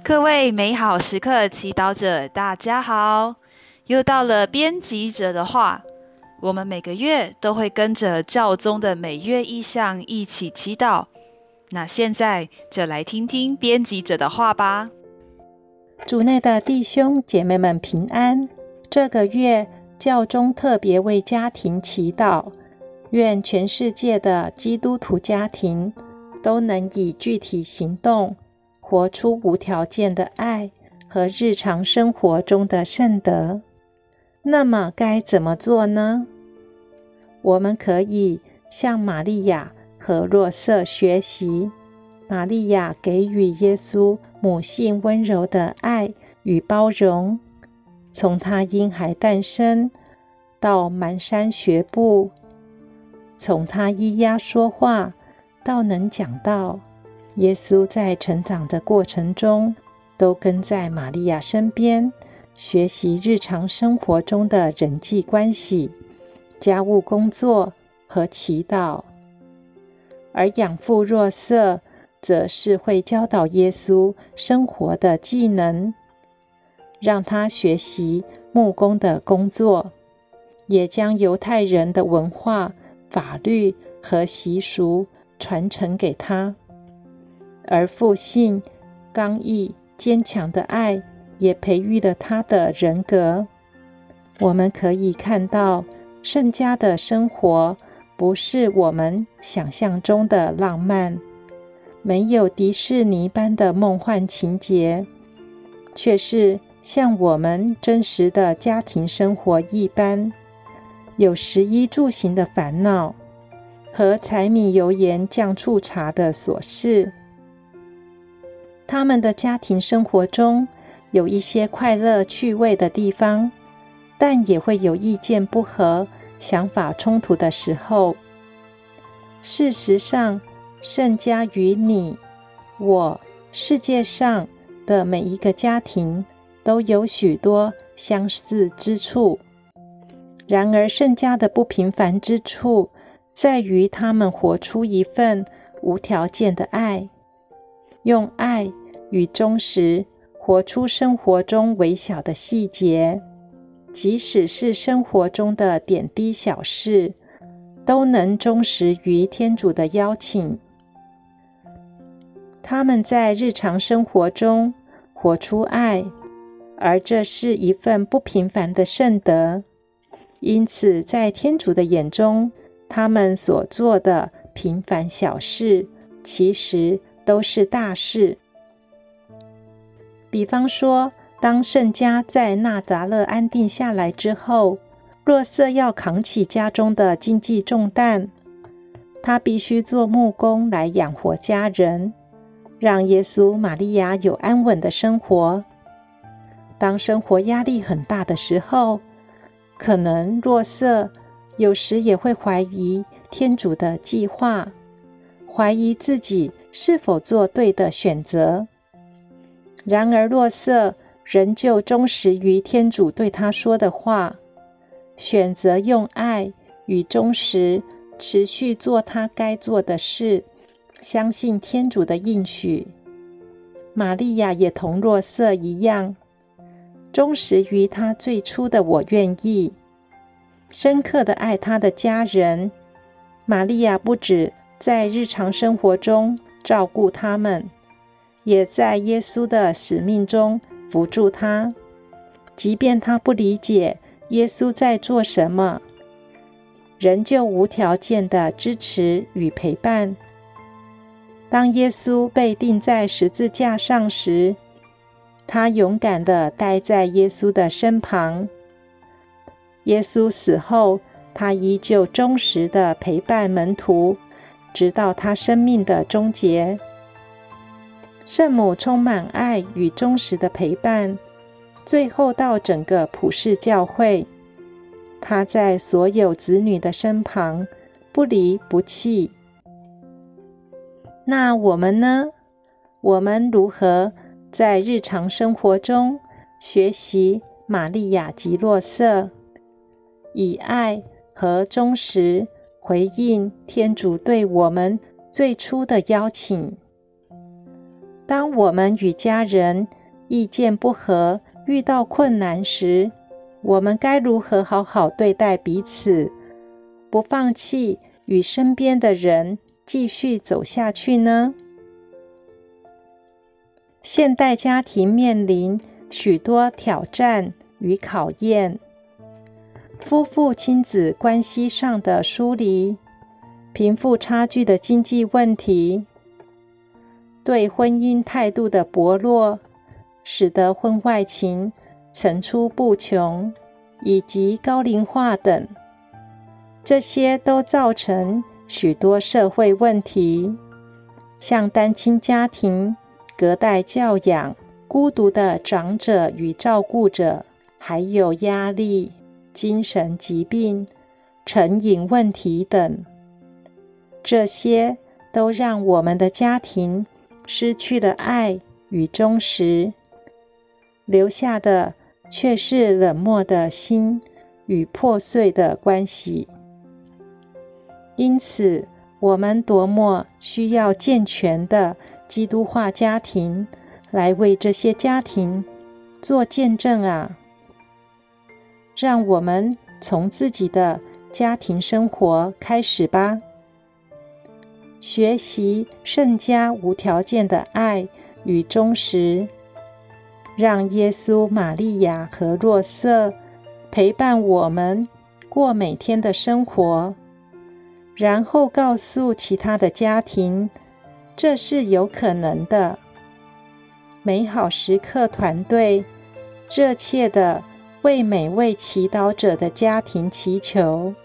各位美好时刻祈祷者，大家好！又到了编辑者的话，我们每个月都会跟着教宗的每月意向一起祈祷。那现在就来听听编辑者的话吧。 主内的弟兄姐妹们平安。这个月教宗特别为家庭祈祷，愿全世界的基督徒家庭都能以具体行动活出无条件的爱和日常生活中的圣德。那么该怎么做呢？我们可以向玛利亚和若瑟学习。玛利亚给予耶稣母性温柔的爱与包容，从他婴孩诞生到蹒跚学步，从他咿呀说话到能讲道，耶稣在成长的过程中都跟在玛利亚身边，学习日常生活中的人际关系、家务工作和祈祷。而养父若瑟则是会教导耶稣生活的技能，让他学习木工的工作，也将犹太人的文化、法律和习俗传承给他。而父亲刚毅坚强的爱也培育了他的人格。我们可以看到，圣家的生活不是我们想象中的浪漫，没有迪士尼般的梦幻情节，却是像我们真实的家庭生活一般，有食衣住行的烦恼和柴米油盐酱醋茶的琐事。他们的家庭生活中有一些快乐趣味的地方，但也会有意见不合、想法冲突的时候。事实上，圣家与你、我、世界上的每一个家庭都有许多相似之处。然而，圣家的不平凡之处在于他们活出一份无条件的爱，用爱与忠实活出生活中微小的细节，即使是生活中的点滴小事，都能忠实于天主的邀请。他们在日常生活中活出爱，而这是一份不平凡的圣德。因此，在天主的眼中，他们所做的平凡小事，其实都是大事。比方说，当圣家在纳匝勒安定下来之后，若瑟要扛起家中的经济重担，他必须做木工来养活家人，让耶稣、玛利亚有安稳的生活。当生活压力很大的时候，可能若瑟有时也会怀疑天主的计划，怀疑自己是否做对的选择。然而若瑟仍旧忠实于天主对他说的话，选择用爱与忠实持续做他该做的事，相信天主的应许。玛利亚也同若瑟一样，忠实于他最初的我愿意，深刻地爱他的家人。玛利亚不只在日常生活中照顾他们，也在耶稣的使命中扶助他，即便他不理解耶稣在做什么，仍旧无条件的支持与陪伴。当耶稣被钉在十字架上时，他勇敢地待在耶稣的身旁。耶稣死后，他依旧忠实地陪伴门徒，直到他生命的终结。圣母充满爱与忠实的陪伴，最后到整个普世教会。她在所有子女的身旁，不离不弃。那我们呢？我们如何在日常生活中学习玛利亚及若瑟，以爱和忠实回应天主对我们最初的邀请？ 当我们与家人意见不合，遇到困难时，我们该如何好好对待彼此，不放弃与身边的人继续走下去呢？现代家庭面临许多挑战与考验，夫妇亲子关系上的疏离，贫富差距的经济问题，对婚姻态度的薄弱，使得婚外情层出不穷，以及高龄化等，这些都造成许多社会问题，像单亲家庭、隔代教养、孤独的长者与照顾者，还有压力、精神疾病、成瘾问题等，这些都让我们的家庭失去了爱与忠实，留下的却是冷漠的心与破碎的关系。因此，我们多么需要健全的基督化家庭来为这些家庭做见证啊！让我们从自己的家庭生活开始吧，学习圣家无条件的爱与忠实，让耶稣、玛利亚和若瑟陪伴我们过每天的生活，然后告诉其他的家庭，这是有可能的。美好时刻团队热切地为每位祈祷者的家庭祈求，